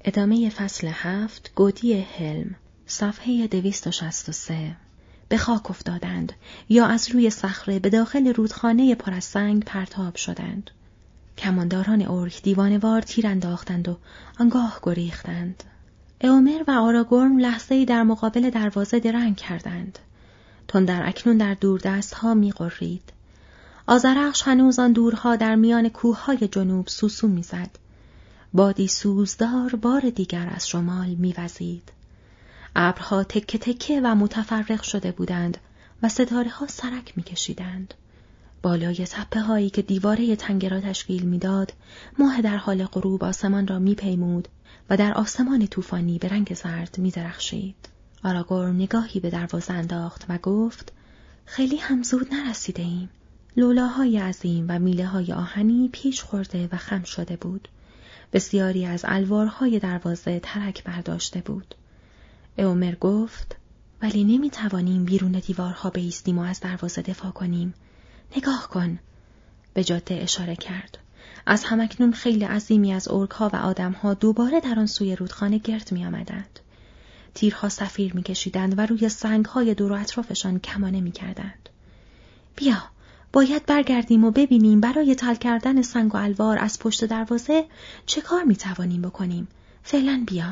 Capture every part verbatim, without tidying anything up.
ادامه فصل هفت، گودی حلم، صفحه دویست و شصت و سه. به خاک افتادند یا از روی صخره به داخل رودخانه پر از سنگ پرتاب شدند. کمانداران اورک دیوانه‌وار تیر انداختند و آنگاه گریختند. ایومر و آراگورن لحظه‌ای در مقابل دروازه درنگ کردند. تندر اکنون در دوردست‌ها می‌غرید. آذرخش هنوز آن دورها در میان کوه‌های جنوب سوسو می‌زد. بادی سوزدار بار دیگر از شمال می‌وزید. ابرها تکه تکه و متفرق شده بودند و ستاره‌ها سرک می‌کشیدند. بالای تپه‌هایی که دیواره تنگه را تشکیل می‌داد، ماه در حال غروب آسمان را می‌پیمود و در آسمان طوفانی به رنگ زرد می‌درخشید. آراگورن نگاهی به دروازه انداخت و گفت: خیلی هم زود نرسیده ایم. لولاهای عظیم و میله‌های آهنی پیش خورده و خم شده بود. بسیاری از الوارهای دروازه ترک برداشته بود. ایومر گفت: ولی نمی‌توانیم بیرون دیوارها بایستیم و از دروازه دفاع کنیم. نگاه کن. به جاده اشاره کرد. از همکنون خیلی عظیمی از اورک‌ها و آدم‌ها دوباره در آن سوی رودخانه گرد می‌آمدند. تیرها صفیر می‌کشیدند و روی سنگ‌های دور و اطرافشان کمانه می‌کردند. بیا، باید برگردیم و ببینیم برای تل کردن سنگ و الوار از پشت دروازه چه کار می‌توانیم بکنیم. فعلا بیا.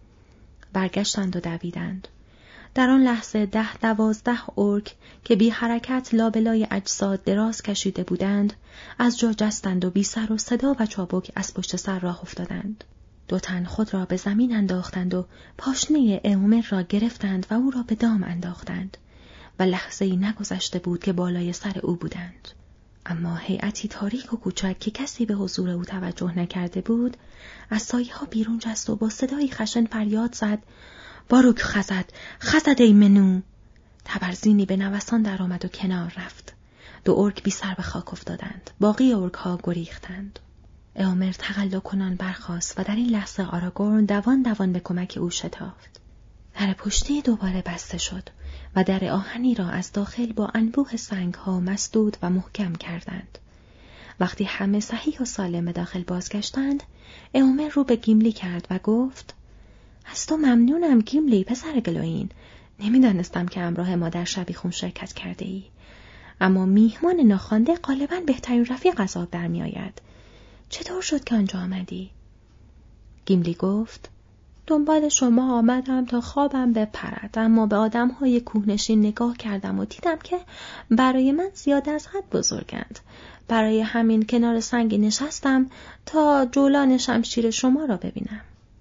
برگشتند و دویدند. در آن لحظه ده دوازده اورک که بی حرکت لابلای اجساد دراز کشیده بودند، از جا جستند و بی سر و صدا و چابک از پشت سر راه افتادند. دو تن خود را به زمین انداختند و پاشنه ایومر را گرفتند و او را به دام انداختند و لحظه‌ای نگذشته بود که بالای سر او بودند. اما هیئتی تاریک و کوچک که کسی به حضور او توجه نکرده بود، از سایه‌ها بیرون جست و با صدایی خشن فریاد زد: باروک خزد، خزد ای منو! تبرزینی به نوسان در آمد و کنار رفت. دو اورک بی سر به خاک افتادند. باقی اورک ها گریختند. ایومر تقلا کنان برخاست و در این لحظه آراگورن دوان دوان به کمک او شتافت. در پشتی دوباره بسته شد و در آهنی را از داخل با انبوه سنگ ها مسدود و محکم کردند. وقتی همه صحیح و سالم داخل بازگشتند، ایومر رو به گیملی کرد و گفت: از تو ممنونم گیملی پسر گلوین. نمیدانستم که همراه ما در شبیخون شرکت کرده ای. اما میهمان ناخوانده غالباً بهترین رفیق از آب در می آید. چطور شد که آنجا آمدی؟ گیملی گفت: دنبال شما آمدم تا خوابم بپرد، اما به آدم‌های کوهنشین نگاه کردم و دیدم که برای من زیاد از حد بزرگند. برای همین کنار سنگی نشستم تا جولان شمشیر شما را ببینم.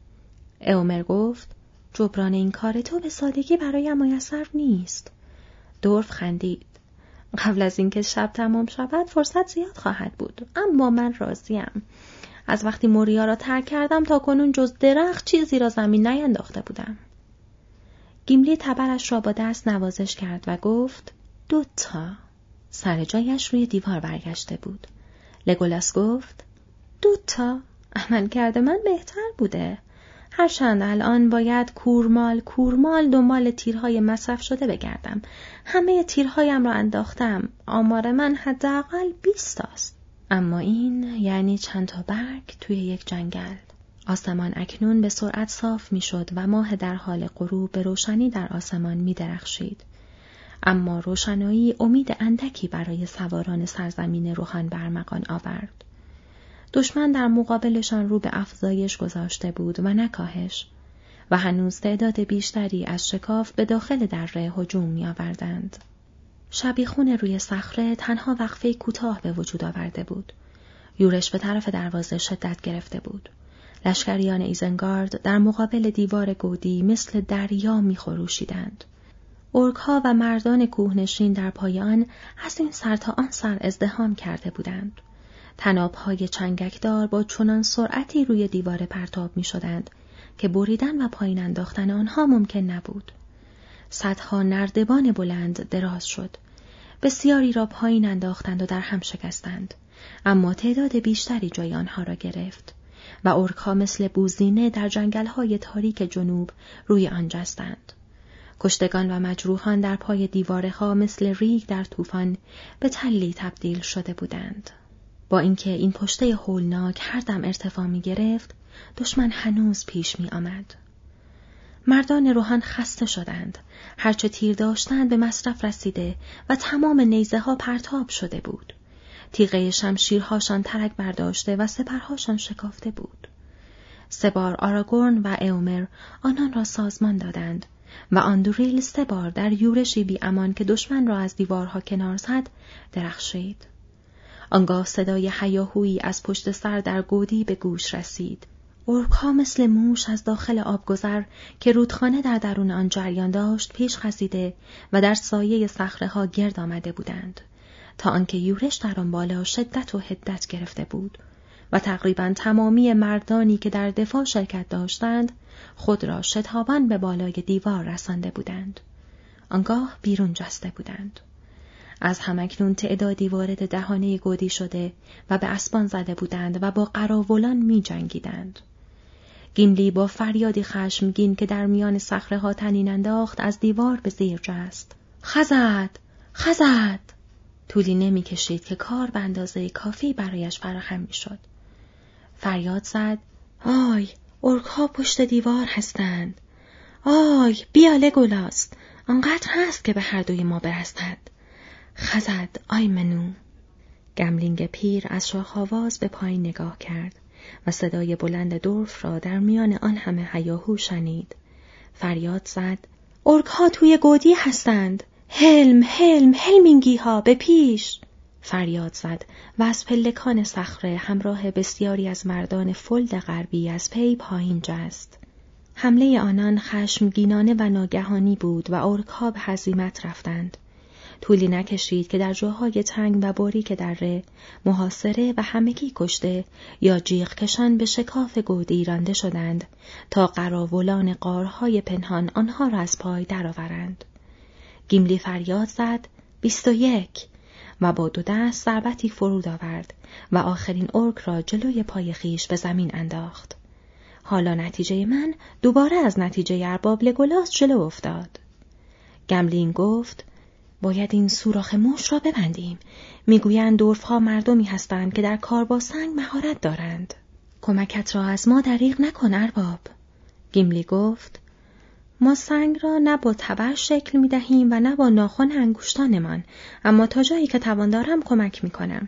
ایومر گفت: جبران این کار تو به سادگی برایم میسر نیست. دورف خندید. قبل از اینکه شب تمام شود فرصت زیاد خواهد بود، اما من راضیم. از وقتی موریا را ترک کردم تا کنون جز درخت چیزی را زمین نینداخته بودم. گیملی تبرش را با دست نوازش کرد و گفت: دوتا. سر جایش روی دیوار برگشته بود. لگولاس گفت: دوتا؟ عمل کرده من بهتر بوده. هرچند الان باید کورمال کورمال دنبال تیرهای مصرف شده بگردم. همه تیرهایم را انداختم. آمار من حداقل بیست است. اما این یعنی چند تا برگ توی یک جنگل. آسمان اکنون به سرعت صاف می شد و ماه در حال غروب به روشنی در آسمان می درخشید. اما روشنایی امید اندکی برای سواران سرزمین روحان برمغان آورد. دشمن در مقابلشان رو به افزایش گذاشته بود و نه کاهش و هنوز تعداد بیشتری از شکاف به داخل دره هجوم می آوردند. شبیخون روی صخره تنها وقفه کوتاه به وجود آورده بود. یورش به طرف دروازه شدت گرفته بود. لشکریان ایزنگارد در مقابل دیوار گودی مثل دریا می خروشیدند. اورک‌ها و مردان کوهنشین در پای آن از این سر تا آن سر ازدحام کرده بودند. طناب‌های چنگکدار با چنان سرعتی روی دیوار پرتاب می شدند که بریدن و پایین انداختن آنها ممکن نبود. صدها نردبان بلند دراز شد. بسیاری را پایین انداختند و در هم شکستند، اما تعداد بیشتری جای آنها را گرفت و اورک‌ها مثل بوزینه در جنگل‌های تاریک جنوب روی آن جستند. کشتگان و مجروحان در پای دیوارها مثل ریگ در طوفان به تلی تبدیل شده بودند. با اینکه این پشته هولناک هر دم ارتفاع می گرفت، دشمن هنوز پیش می آمد. مردان روحان خسته شدند. هرچه تیر داشتند به مصرف رسیده و تمام نیزه ها پرتاب شده بود. تیغه شمشیرهاشان ترک برداشته و سپرهاشان شکافته بود. سه بار آراگورن و ایومر آنان را سازمان دادند و آندوریل سه بار در یورشی بی امان که دشمن را از دیوارها کنار زد درخشید. آنگاه صدای هیاهویی از پشت سر در گودی به گوش رسید. اورک‌ها مثل موش از داخل آبگذر که رودخانه در درون آن جریان داشت پیش خزیده و در سایه صخره‌ها گرد آمده بودند تا آنکه یورش در آن بالا شدت و حدت گرفته بود و تقریباً تمامی مردانی که در دفاع شرکت داشتند خود را شتابان به بالای دیوار رسانده بودند. آنگاه بیرون جسته بودند. از همکنون تعدادی وارد دهانه گودی شده و به اسبان زده بودند و با قراولان می جنگیدند. گیملی با فریادی خشمگین که در میان صخره‌ها طنین انداخت از دیوار به زیر جست. خزد! خزد! طولی نمی کشید که کار به اندازه کافی برایش فراهم می شد. فریاد زد: آی! اورک‌ها پشت دیوار هستند. آی! بیا لگولاس! آنقدر هست که به هر دوی ما برسد. خزد! آی منو! گملینگ پیر از شاخ‌آواز به پایین نگاه کرد و صدای بلند دورف را در میان آن همه هیاهو شنید. فریاد زد: اورک‌ها توی گودی هستند. هلم، هلم، هلمینگی ها به پیش! فریاد زد و از پلکان صخره همراه بسیاری از مردان فولد غربی از پی پایین جست. حمله آنان خشمگینانه و ناگهانی بود و اورک‌ها به هزیمت رفتند. طولی نکشید که در جاهای تنگ و باریک دره محاصره و همگی کشته یا جیغ کشان به شکاف گودی رانده شدند تا قراولان غارهای پنهان آنها را از پای درآورند. گیملی فریاد زد: بیست و یک! و با دو دست ضربتی فرود آورد و آخرین اورک را جلوی پای خیش به زمین انداخت. حالا نتیجه من دوباره از نتیجه ارباب لگولاس جلو افتاد. گملین گفت: باید این سوراخ موش را ببندیم. میگویند دورف‌ها مردمی هستند که در کار با سنگ مهارت دارند. کمکت را از ما دریغ نکن ارباب. گیملی گفت: ما سنگ را نه با تبر شکل می دهیم و نه با ناخن انگشتانمان، اما تا جایی که توان دارم کمک می کنم.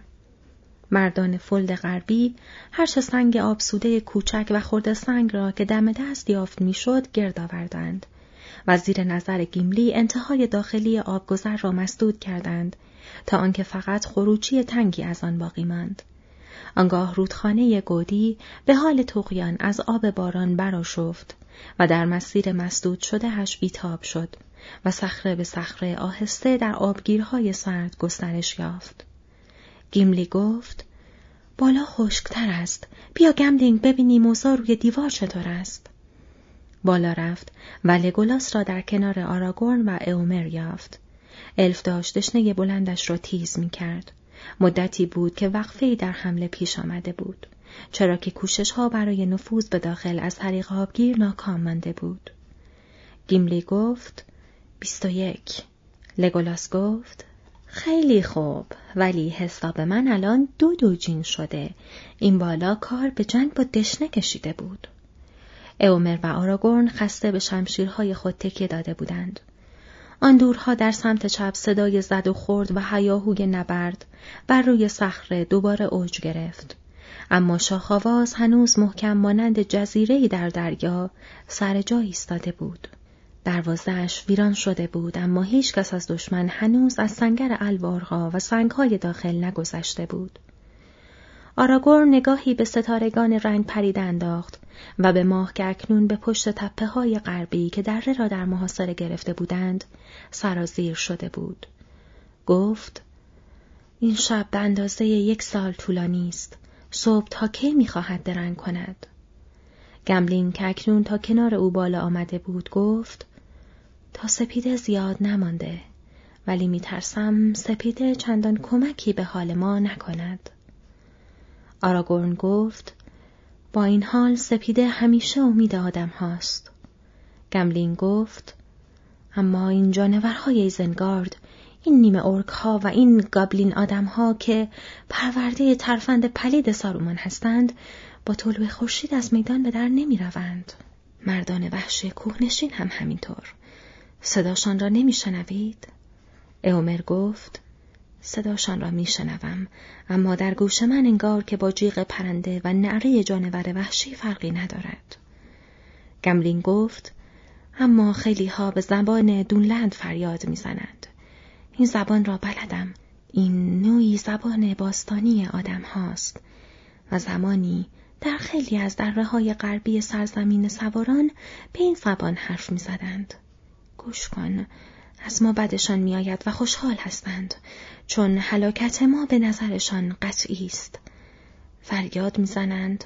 مردان فولد غربی هرچه سنگ آبسوده کوچک و خرد سنگ را که دم دست یافت می شد گرد آوردند و زیر نظر گیملی انتهای داخلی آبگذر را مسدود کردند تا آنکه فقط خروجی تنگی از آن باقی ماند. آنگاه رودخانه گودی به حال طغیان از آب باران برآشفت و در مسیر مسدود شده هش بیتاب شد و صخره به صخره آهسته در آبگیرهای سرد گسترش یافت. گیملی گفت: بالا خشکتر است. بیا گملینگ ببینیم اوضاع روی دیوار چطور است. بالا رفت و لگولاس را در کنار آراگورن و ایومر یافت. الف داشت دشنه بلندش را تیز می کرد. مدتی بود که وقفه‌ای در حمله پیش آمده بود، چرا که کوشش‌ها برای نفوذ به داخل از طریق آبگیر ناکام مانده بود. گیملی گفت: بیست و یک. لگولاس گفت: خیلی خوب، ولی حساب من الان دو دوجین شده. این بالا کار به جنگ با دشنه کشیده بود. ایومر و آراگورن خسته به شمشیرهای خود تکیه داده بودند. آن دورها در سمت چپ صدای زد و خورد و هیاهوی نبرد بر روی صخره دوباره اوج گرفت. اما شاخ‌آواز هنوز محکم مانند جزیره‌ای در دریا سر جا ایستاده بود. دروازه‌اش ویران شده بود، اما هیچ کس از دشمن هنوز از سنگر الوارها و سنگ‌های داخل نگذشته بود. آراگورن نگاهی به ستارگان رنگ پریده انداخت و به ماه که اکنون به پشت تپه‌های غربی که دره را در محاصره گرفته بودند سرازیر شده بود. گفت: این شب به اندازه یک سال طولانی است. صبح تا کی می‌خواهد درنگ کند؟ گملین که اکنون تا کنار او بالا آمده بود گفت: تا سپیده زیاد نمانده، ولی می‌ترسم سپیده چندان کمکی به حال ما نکند. آراگورن گفت: با این حال سپیده همیشه امید آدم هاست. گملین گفت: اما این جانورهای ایزنگارد، این نیمه اورک ها و این گابلین آدم ها که پرورده ترفند پلید سارومان هستند، با طلوع خورشید از میدان به در نمی روند. مردان وحشی کوهنشین هم همینطور. صداشان را نمی شنوید؟ اومر گفت صداشان را می شنوم، اما در گوش من انگار که با جیغ پرنده و نعره جانور وحشی فرقی ندارد. گملین گفت اما خیلی ها به زبان دونلند فریاد می زنند. این زبان را بلدم. این نوعی زبان باستانی آدم هاست و زمانی در خیلی از دره‌های غربی سرزمین سواران به این زبان حرف می زدند. گوش کن، از ما بدشان می آید و خوشحال هستند، چون هلاکت ما به نظرشان قطعی است. فریاد می زنند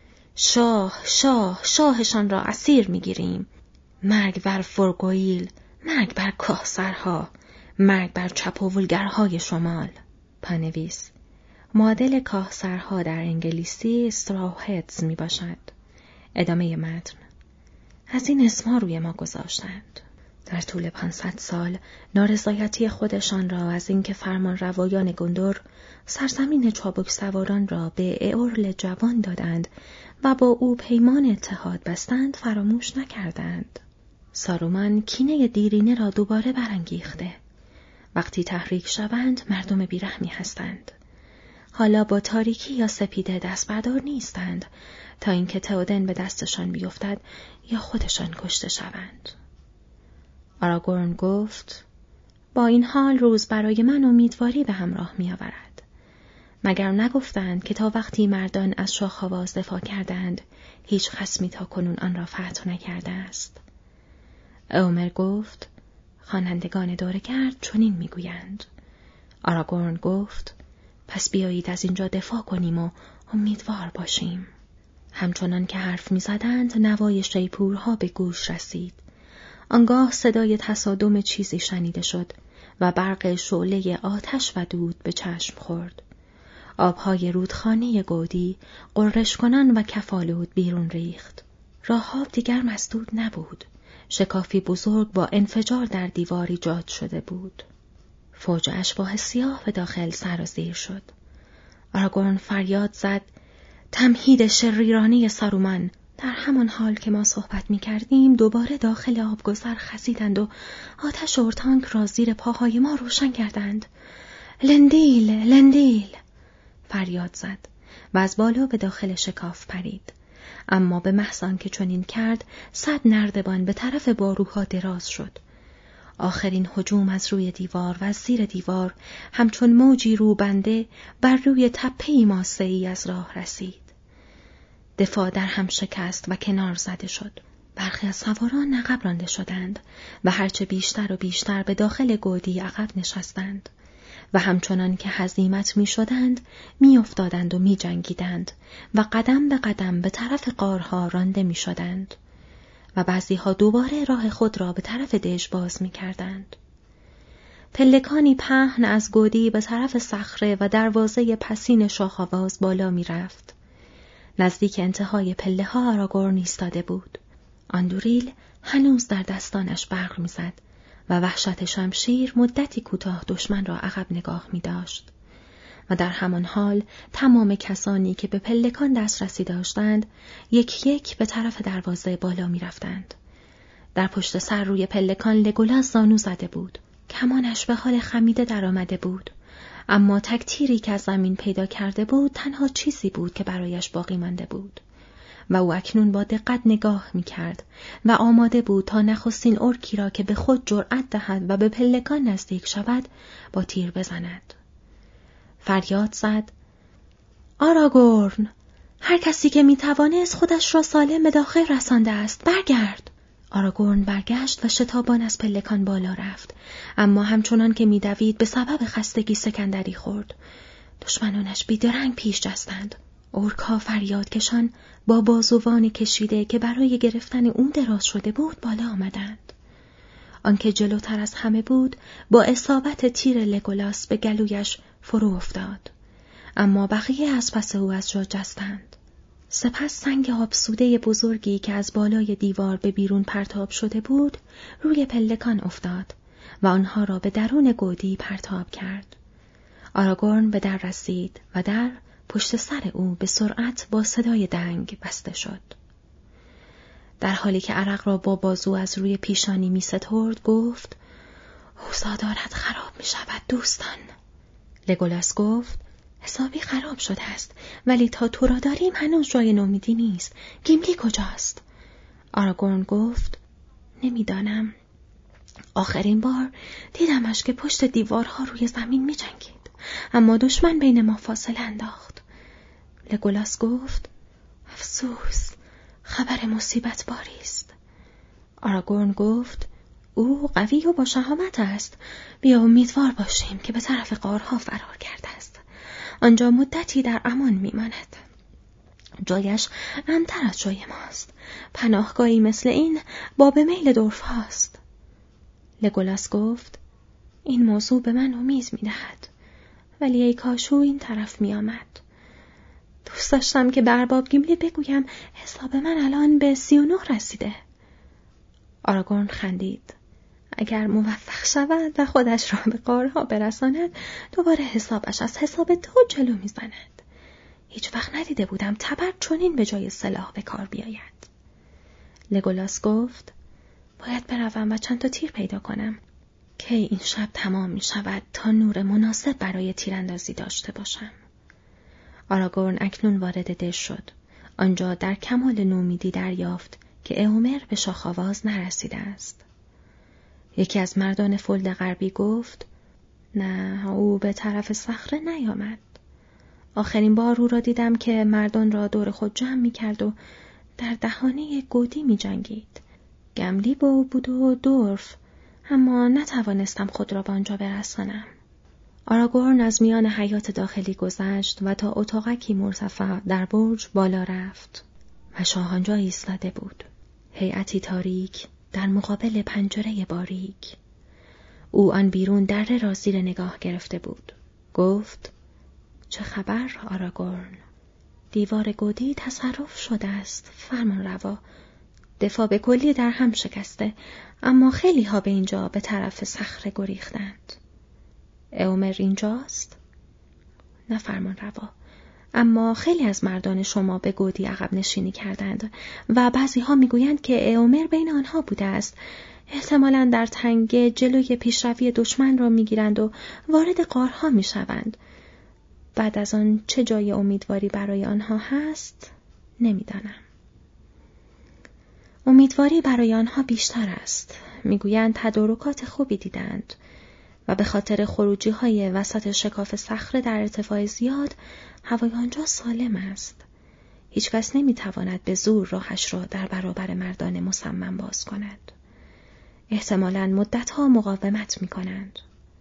شاه، شاه، شاهشان را اسیر می گیریم. مرگ بر فورگویل، مرگ بر کاهسرها، مرگ بر چپاولگرهای شمال. پانویس: معادل کاهسرها در انگلیسی استراوهدز می باشد. ادامه متن: از این اسمها روی ما گذاشتند. در طول پانصد سال نارضایتی خودشان را از اینکه فرمان روایان گندر سرزمین چابک سواران را به اورل جوان دادند و با او پیمان اتحاد بستند فراموش نکردند. سارومان کینه دیرینه را دوباره برانگیخته. وقتی تحریک شوند مردم بیرحمی هستند. حالا با تاریکی یا سپیده دست بردار نیستند تا اینکه تئودن به دستشان بیفتد یا خودشان کشته شوند. آراگورن گفت با این حال روز برای من امیدواری به همراه می آورد. مگر نگفتند که تا وقتی مردان از شاه‌آواز دفاع کردند هیچ خصمی تا کنون آن را فتح نکرده است. اومر گفت خوانندگان دوره‌گرد چنین میگویند. آراگورن گفت پس بیایید از اینجا دفاع کنیم و امیدوار باشیم. همچنان که حرف می‌زدند نوای شیپورها به گوش رسید. آنگاه صدای تصادم چیزی شنیده شد و برق شعله آتش و دود به چشم خورد. آبهای رودخانه گودی قررش کنان و کفالود بیرون ریخت. راهاب دیگر مسدود نبود. شکافی بزرگ با انفجار در دیوار ایجاد شده بود. فوج اشباح سیاه به داخل سرازیر شد. آراگورن فریاد زد تمهید شریرانه سارومان. در همان حال که ما صحبت می کردیم دوباره داخل آبگذر خزیدند و آتش اورتانک را زیر پاهای ما روشن کردند. لندیل، لندیل فریاد زد و از بالا به داخل شکاف پرید. اما به محض آنکه چنین کرد صد نردبان به طرف باروها دراز شد. آخرین هجوم از روی دیوار و از زیر دیوار همچون موجی روبنده بر روی تپه‌ای ماسه‌ای از راه رسید. دفاع در هم شکست و کنار زده شد. برخی از سواران عقب رانده شدند و هرچه بیشتر و بیشتر به داخل گودی عقب نشستند و همچنان که هزیمت می شدند می افتادند و می جنگیدند و قدم به قدم به طرف غارها رانده می شدند و بعضی ها دوباره راه خود را به طرف دژ باز می کردند. پلکانی پهن از گودی به طرف صخره و دروازه پسین شاه‌آواز بالا می رفت. نزدیک انتهای پله ها آراگورن ایستاده بود. آندوریل هنوز در دستانش برق می زد و وحشت شمشیر مدتی کوتاه دشمن را عقب نگاه می داشت. و در همان حال تمام کسانی که به پلکان دسترسی داشتند یک یک به طرف دروازه بالا می رفتند. در پشت سر روی پلکان لگولاس زانو زده بود. کمانش به حال خمیده در آمده بود. اما تک تیری که از زمین پیدا کرده بود تنها چیزی بود که برایش باقی مانده بود. و او اکنون با دقت نگاه می کرد و آماده بود تا نخستین ارکی را که به خود جرأت دهد و به پلکان نزدیک شود با تیر بزند. فریاد زد آراگورن، هر کسی که می توانست خودش را سالم به داخل رسانده است، برگرد. آراگورن برگشت و شتابان از پلکان بالا رفت، اما همچنان که می دوید به سبب خستگی سکندری خورد. دشمنانش بیدرنگ پیش جستند. اورکا فریاد کشان با بازوان کشیده که برای گرفتن اون دراز شده بود بالا آمدند. آنکه جلوتر از همه بود با اصابت تیر لگولاس به گلویش فرو افتاد، اما بقیه از پس او از جا جستند. سپس سنگ آبسوده بزرگی که از بالای دیوار به بیرون پرتاب شده بود روی پلکان افتاد و آنها را به درون گودی پرتاب کرد. آراگورن به در رسید و در پشت سر او به سرعت با صدای دنگ بسته شد. در حالی که عرق را با بازو از روی پیشانی می سترد گفت: اوضاع دارد خراب می شود دوستان. لگولاس گفت: حسابی خراب شده است، ولی تا تو را داریم هنوز جای نومیدی نیست. گیملی کجاست؟ آراگورن گفت: نمیدانم. آخرین بار دیدمش که پشت دیوارها روی زمین می جنگید، اما دشمن بین ما فاصله انداخت. لگولاس گفت: افسوس، خبر مصیبت باری است. آراگورن گفت: او قوی و با شهامت است. بیا امیدوار باشیم که به طرف غارها فرار کرده است. آنجا مدتی در امان میماند. جایش امن‌تر از جای ماست. پناهگاهی مثل این باب میل دورف هاست. لگولاس گفت: این موضوع به من امید می‌دهد، ولی ای کاش او این طرف می‌آمد. دوست داشتم که به ارباب گیملی بگویم حساب من الان به سی و نه رسیده. آراگورن خندید. اگر موفق شود و خودش را به غارها برساند، دوباره حسابش از حساب تو جلو میزند. هیچ وقت ندیده بودم تبر چنین به جای سلاح به کار بیاید. لگولاس گفت: باید بروم و چند تا تیر پیدا کنم. کی این شب تمام می شود تا نور مناسب برای تیراندازی داشته باشم. آراگورن اکنون وارد دژ شد. آنجا در کمال نومیدی دریافت که ایومر به شاخ‌آواز نرسیده است. یکی از مردان فولد غربی گفت: نه، او به طرف صخره نیامد. آخرین بار او را دیدم که مردان را دور خود جمع می کرد و در دهانه گودی می جنگید. گملی با او بود و دورف، اما نتوانستم خود را به آنجا برسانم. آراگورن از میان حیاط داخلی گذشت و تا اتاقکی مرتفع در برج بالا رفت و شاه آنجا ایستاده بود. هیئتی تاریک در مقابل پنجره باریک. او آن بیرون دره را زیر نگاه گرفته بود. گفت: چه خبر آراگورن؟ دیوار گودی تصرف شده است، فرمان روا. دفاع به کلی در هم شکسته، اما خیلی ها به اینجا به طرف صخره گریختند. ایومر اینجاست؟ نه فرمان روا، اما خیلی از مردان شما به گودی عقب نشینی کردند و بعضی ها میگویند که ایومر بین آنها بوده است. احتمالاً در تنگه جلوی پیشروی دشمن را میگیرند و وارد غارها میشوند. بعد از آن چه جای امیدواری برای آنها هست؟ نمیدانم. امیدواری برای آنها بیشتر است. میگویند تدارکات خوبی دیدند و به خاطر خروجی های وسط شکاف صخره در ارتفاع زیاد هوای آنجا سالم است. هیچ کس نمیتواند به زور راهش را در برابر مردان مصمم باز کند. احتمالاً مدتها مقاومت میکنند.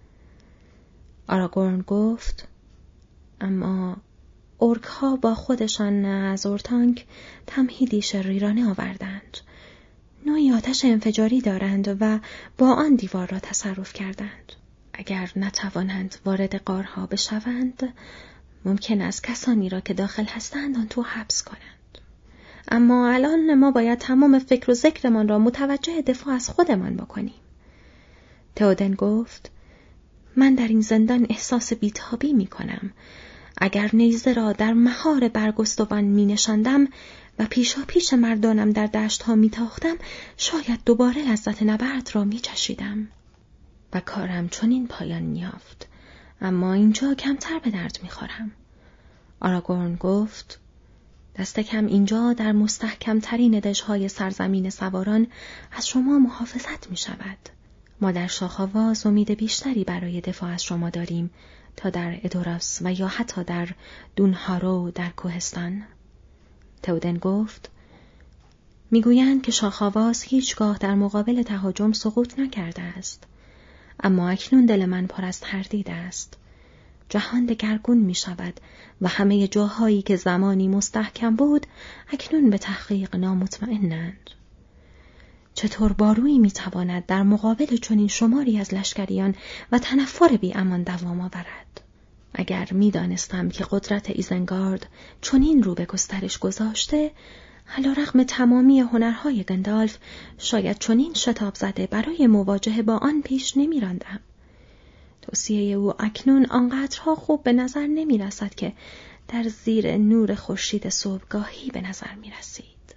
آراگورن گفت: اما اورک ها با خودشان از اورتانک تمهیدی شریرانه آوردند. نوعی آتش انفجاری دارند و با آن دیوار را تصرف کردند. اگر نتوانند وارد غارها بشوند، ممکن است کسانی را که داخل هستند آن تو حبس کنند. اما الان ما باید تمام فکر و ذکرمان را متوجه دفاع از خودمان بکنیم. تئودن گفت: من در این زندان احساس بیتابی می کنم. اگر نیزه را در مهار برگستوان می نشاندم و پیشا پیش مردانم در دشت ها می تاختم، شاید دوباره لذت نبرد را می چشیدم. و کارم چنین پایان یافت، اما اینجا کمتر به درد می خورم. آراگورن گفت: دست کم اینجا در مستحکم ترین دژهای سرزمین سواران از شما محافظت می شود. ما در شاخ‌آواز امید بیشتری برای دفاع از شما داریم تا در ادوراس و یا حتی در دونهارو در کوهستان. تئودن گفت: میگویند که شاخ‌آواز هیچگاه در مقابل تهاجم سقوط نکرده است، اما اکنون دل من پر از تردید است. جهان دگرگون می شود و همه جاهایی که زمانی مستحکم بود اکنون به تحقیق نامطمئنند. چطور بارویی می تواند در مقابل چنین شماری از لشکریان و تنفر بی امان دوام آورد؟ اگر می دانستم که قدرت ایزنگارد چنین رو به گسترش گذاشته، علیرغم تمامی هنرهای گندالف شاید چنین شتاب زده برای مواجهه با آن پیش نمی راندم. توصیه او اکنون آنقدرها خوب به نظر نمی رسد که در زیر نور خورشید صبحگاهی به نظر می رسید.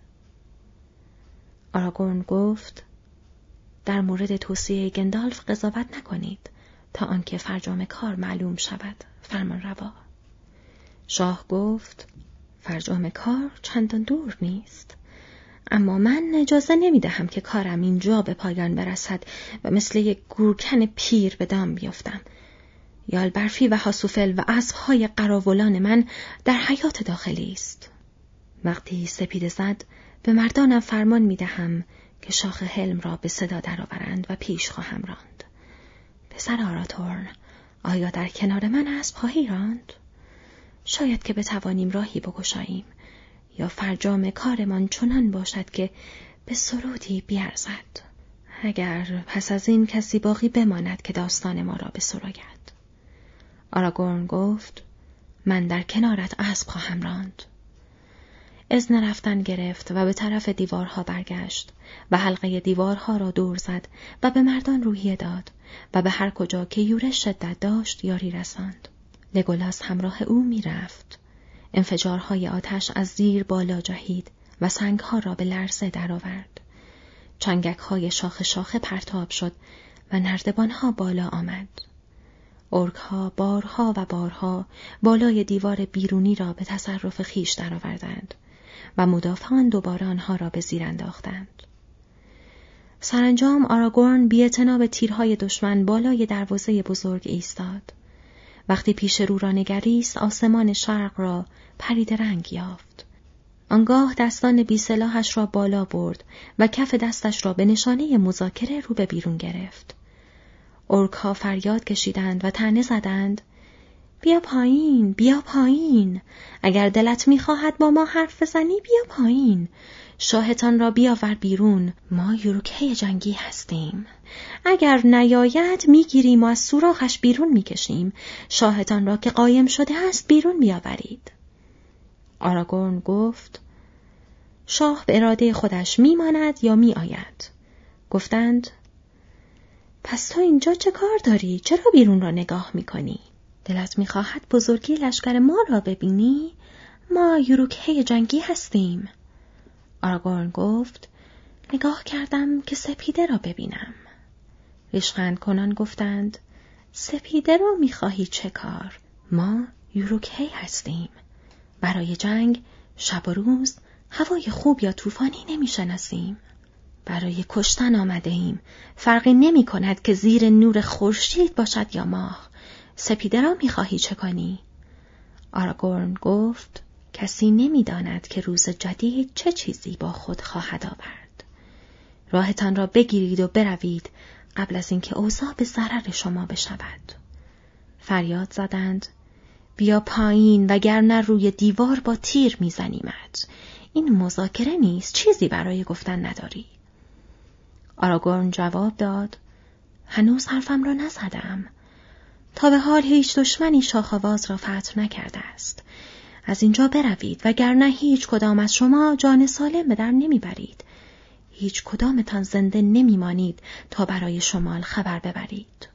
آراگورن گفت در مورد توصیه گندالف قضاوت نکنید تا آنکه فرجام کار معلوم شود، فرمان روا. شاه گفت فرجام کار چندان دور نیست، اما من اجازه نمی دهم که کارم اینجا به پایان برسد و مثل یک گورکن پیر به دام بیفتم. یالبرفی و حاسوفل و اسبهای قراولان من در حیات داخلی است. وقتی سپیده زد به مردانم فرمان می دهم که شاخ حلم را به صدا درآورند و پیش خواهم راند. پسر آراتورن، آیا در کنار من اسب خواهی راند؟ شاید که بتوانیم راهی بگشاییم یا فرجام کارمان چنان باشد که به سرودی بیارزد. اگر پس از این کسی باقی بماند که داستان ما را بسراید. آراگورن گفت من در کنارت اسب خواهم راند. اذن رفتن گرفت و به طرف دیوارها برگشت و حلقه دیوارها را دور زد و به مردان روحیه داد و به هر کجا که یورش شدت داشت یاری رساند. لگولاس همراه او می رفت. انفجارهای آتش از زیر بالا جهید و سنگها را به لرزه درآورد. چنگکهای شاخه شاخه پرتاب شد و نردبانها بالا آمد. اورک‌ها بارها و بارها بالای دیوار بیرونی را به تصرف خیش درآوردند و مدافعان دوباره آنها را به زیر انداختند. سرانجام آراگورن بی‌اعتنا به تیرهای دشمن بالای دروازه بزرگ ایستاد. وقتی پیش رو را نگریست آسمان شرق را پرید رنگ یافت. آنگاه دستان بی سلاحش را بالا برد و کف دستش را به نشانه مذاکره رو به بیرون گرفت. اورک‌ها فریاد کشیدند و طعنه زدند بیا پایین، بیا پایین. اگر دلت می‌خواهد با ما حرف بزنی بیا پایین. شاهتان را بیاور بیرون. ما یوروکهی جنگی هستیم. اگر نیاید میگیریم و از سوراخش بیرون میکشیم. شاهتان را که قایم شده است بیرون میآورید. آراگورن گفت شاه به اراده خودش میماند یا میآید. گفتند پس تو اینجا چه کار داری؟ چرا بیرون را نگاه میکنی؟ دلت میخواهد بزرگی لشکر ما را ببینی؟ ما یوروکهی جنگی هستیم. آراگورن گفت نگاه کردم که سپیده را ببینم. ریشخند کنان گفتند سپیده را میخواهی چه کار؟ ما یوروکهی هستیم. برای جنگ شب و روز هوای خوب یا طوفانی نمیشناسیم. برای کشتن آمده ایم. فرقی نمی کند که زیر نور خورشید باشد یا ماه. سپیده را میخواهی چه کنی؟ آراگورن گفت کسی نمیداند که روز جدید چه چیزی با خود خواهد آورد. راهتان را بگیرید و بروید قبل از اینکه اوضاع به ضرر شما بشود. فریاد زدند بیا پایین وگرنه روی دیوار با تیر میزنیمت. این مذاکره نیست، چیزی برای گفتن نداری. آراگورن جواب داد هنوز حرفم را نزدم. تا به حال هیچ دشمنی شاخ‌آواز را فتح نکرده است. از اینجا بروید وگرنه هیچ کدام از شما جان سالم به در نمیبرید. هیچ کدامتان زنده نمیمانید تا برای شمال خبر ببرید.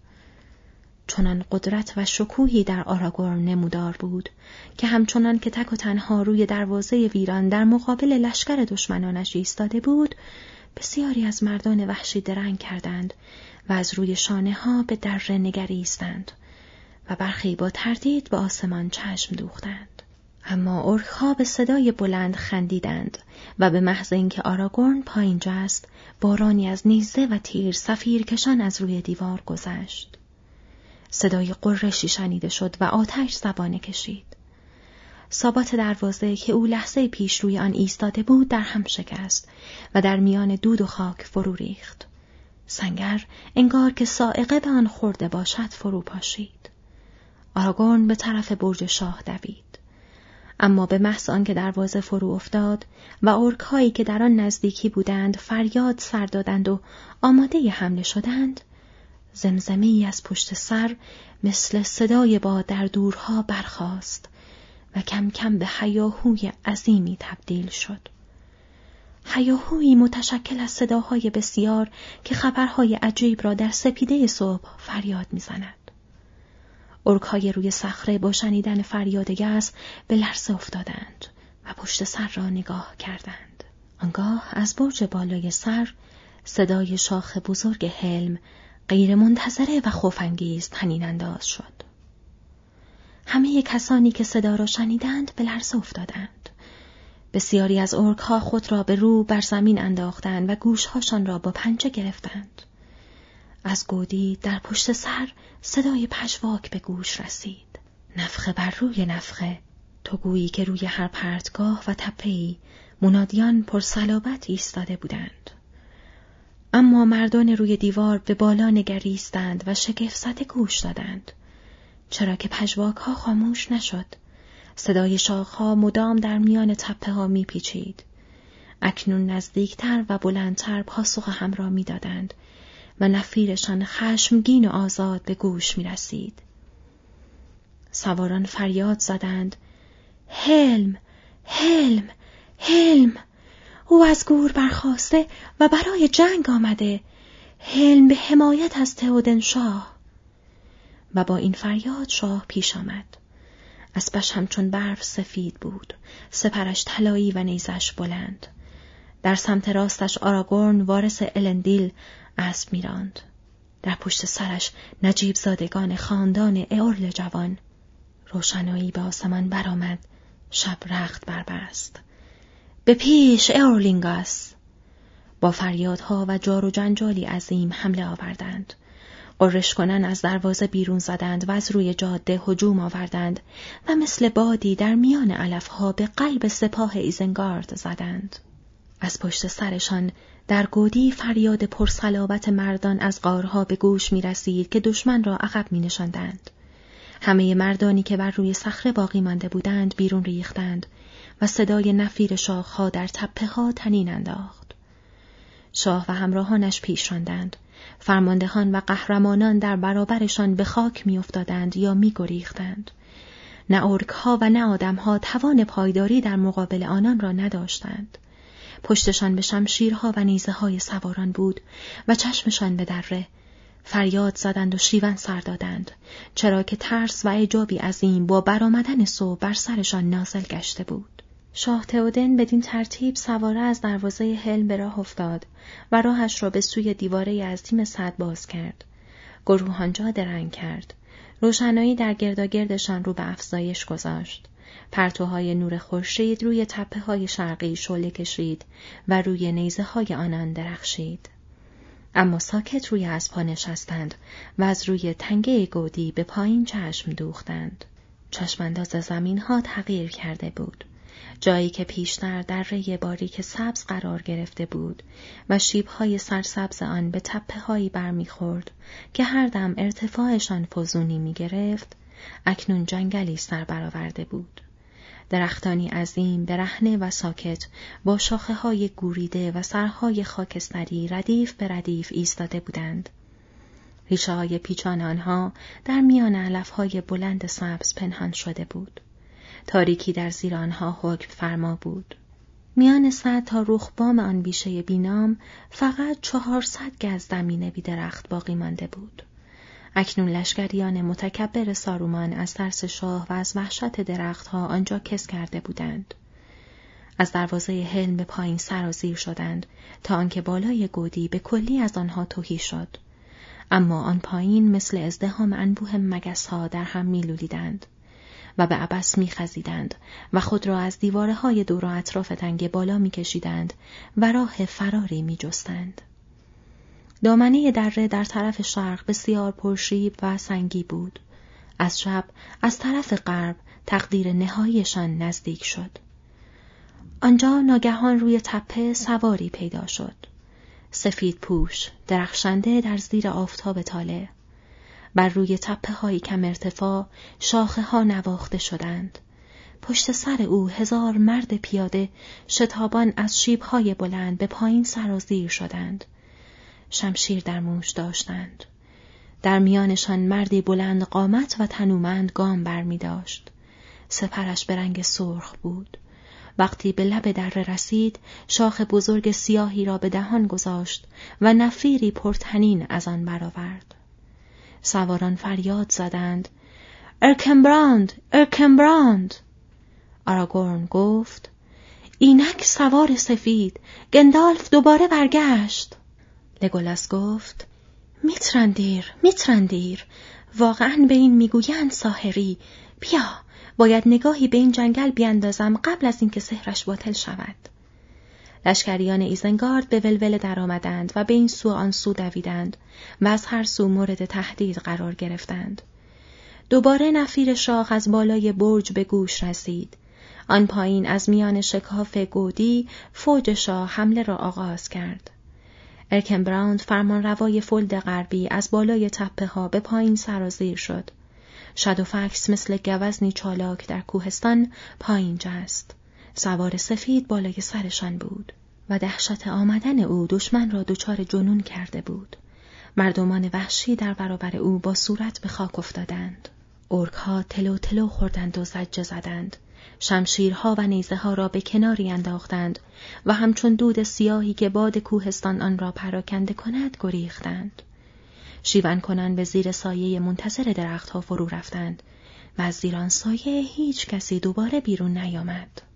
چنان قدرت و شکوهی در آراگورن نمودار بود که همچنان که تک و تنها روی دروازه ویران در مقابل لشکر دشمنانش ایستاده بود، بسیاری از مردان وحشی درنگ کردند و از روی شانه ها به دره نگریستند و برخی با تردید به آسمان چشم دوختند. اما اورک‌ها به صدای بلند خندیدند و به محض اینکه آراگورن پایین جست، بارانی از نیزه و تیر صفیرکشان از روی دیوار گذشت. صدای غرشی شنیده شد و آتش زبانه کشید. سابات دروازه که او لحظه پیش روی آن ایستاده بود در هم شکست و در میان دود و خاک فرو ریخت. سنگر انگار که صاعقه به آن خورده باشد فرو پاشید. آراگورن به طرف برج شاه دوید. اما به محض آنکه دروازه فرو افتاد و اورک‌هایی که در آن نزدیکی بودند فریاد سر دادند و آماده حمله شدند، زمزمه‌ای از پشت سر مثل صدای باد در دورها برخاست و کم کم به هیاهوی عظیمی تبدیل شد. هیاهویی متشکل از صداهای بسیار که خبرهای عجیب را در سپیده صبح فریاد می‌زند. اورک‌های روی صخره با شنیدن فریاد گز به لرزه افتادند و پشت سر را نگاه کردند. آنگاه از برج بالای سر صدای شاخ بزرگ حلم غیر منتظره و خوف‌انگیز طنین انداز شد. همه کسانی که صدا را شنیدند به لرزه افتادند. بسیاری از اورک‌ها خود را به رو بر زمین انداختند و گوشهاشان را با پنجه گرفتند. از گودی در پشت سر صدای پژواک به گوش رسید. نفخه بر روی نفخه، تو گویی که روی هر پرتگاه و تپه‌ای منادیان پرصلابت ایستاده بودند. اما مردان روی دیوار به بالا نگریستند و شگفت زده گوش دادند. چرا که پژواک‌ها خاموش نشد. صدای شاخ‌ها مدام در میان تپه‌ها می‌پیچید. اکنون نزدیکتر و بلندتر پاسخ هم را می‌دادند و نفیرشان خشمگین و آزاد به گوش می‌رسید. سواران فریاد زدند: حلم! حلم! حلم! او از گور برخاسته و برای جنگ آمده. حلم به حمایت از تئودن شاه. و با این فریاد شاه پیش آمد. اسبش همچون برف سفید بود، سپرش طلایی و نیزش بلند. در سمت راستش آراگورن وارث الندیل اسب میراند. در پشت سرش نجیب زادگان خاندان اورل جوان. روشنایی به آسمان برآمد، شب رخت بربست. به پیش اورلینگاس! با فریادها و جار و جنجالی عظیم حمله آوردند. قررش کنن از دروازه بیرون زدند و از روی جاده هجوم آوردند و مثل بادی در میان علفها به قلب سپاه ایزنگارد زدند. از پشت سرشان در گودی فریاد پرصلابت مردان از غارها به گوش می رسید که دشمن را عقب می نشاندند. همه مردانی که بر روی صخره باقی مانده بودند بیرون ریختند و صدای نفیر شاخها در تپه ها طنین انداخت. شاه و همراهانش پیش راندند. فرماندهان و قهرمانان در برابرشان به خاک می افتادند یا می گریختند. نه اورک‌ها و نه آدم‌ها توان پایداری در مقابل آنان را نداشتند. پشتشان به شمشیرها و نیزه‌های سواران بود و چشمشان به دره. فریاد زدند و شیون سر دادند، چرا که ترس و اعجابی عظیم با برآمدن صبح بر سرشان نازل گشته بود. شاه تئودن بدین ترتیب سواره از دروازه حلم به راه افتاد و راهش را به سوی دیواره عظیم سد باز کرد. گروه آنجا درنگ کرد. روشنایی در گرداگردشان رو به افزایش گذاشت. پرتوهای نور خورشید روی تپه‌های شرقی شعله کشید و روی نیزه‌های آنان درخشید. اما ساکت روی اسب‌ها نشستند و از روی تنگه گودی به پایین چشم دوختند. چشمانداز زمین‌ها تغییر کرده بود. جایی که پیشتر دره باریک سبز قرار گرفته بود و شیب‌های سرسبز آن به تپه‌هایی برمیخورد که هر دم ارتفاعشان فزونی می‌گرفت، اکنون جنگلی سر برآورده بود. درختانی عظیم برهنه و ساکت با شاخه‌های گوریده و سرهای خاکستری ردیف به ردیف ایستاده بودند. ریشه‌های پیچان آنها در میان علف‌های بلند سبز پنهان شده بود. تاریکی در زیر آنها حکم فرما بود. میان سد تا رخبام آن بیشه بینام فقط چهارصد گز زمین بی درخت باقی مانده بود. اکنون لشکریان متکبر سارومان از ترس شاه و از وحشت درختها آنجا کس کرده بودند. از دروازه حلم به پایین سرازیر شدند تا آنکه بالای گودی به کلی از آنها تهی شد. اما آن پایین مثل ازدحام انبوه مگس‌ها در هم می‌لولیدند و به عبث می‌خزیدند و خود را از دیواره‌های دور و اطراف تنگه بالا می‌کشیدند و راه فراری می‌جستند. دامنه دره در طرف شرق بسیار پرشیب و سنگی بود. از شب از طرف غرب تقدیر نهاییشان نزدیک شد. آنجا ناگهان روی تپه سواری پیدا شد. سفید پوش، درخشنده در زیر آفتاب طالع. بر روی تپه های کم ارتفاع شاخه ها نواخته شدند. پشت سر او هزار مرد پیاده شتابان از شیب های بلند به پایین سرازیر شدند. شمشیر در موش داشتند. در میانشان مردی بلند قامت و تنومند گام بر می داشت. سپرش به رنگ سرخ بود. وقتی به لب دره رسید، شاخ بزرگ سیاهی را به دهان گذاشت و نفیری پرتنین از آن برآورد. سواران فریاد زدند: ارکنبراند، ارکنبراند. آراگورن گفت اینک سوار سفید، گندالف دوباره برگشت. لگولاس گفت میترندیر، میترندیر، واقعاً به این میگویند ساحری. بیا، باید نگاهی به این جنگل بیاندازم قبل از اینکه سحرش باطل شود. لشکریان ایزنگارد به ولوله در آمدند و به این سو آن سو دویدند و از هر سو مورد تهدید قرار گرفتند. دوباره نفیر شاخ از بالای برج به گوش رسید. آن پایین از میان شکاف گودی فوج شاه حمله را آغاز کرد. ارکنبراند فرمانروای فولد غربی از بالای تپه ها به پایین سرازیر شد. شادوفکس مثل گوزنی چالاک در کوهستان پایین جست. سوار سفید بالای سرشان بود و دهشت آمدن او دشمن را دچار جنون کرده بود. مردمان وحشی در برابر او با صورت به خاک افتادند. اورک‌ها تلو تلو خوردند و زجه زدند. شمشیرها و نیزه ها را به کناری انداختند و همچون دود سیاهی که باد کوهستان آن را پراکنده کند گریختند. شیون کنان به زیر سایه منتظر درختها فرو رفتند و از زیر آن سایه هیچ کسی دوباره بیرون نیامد.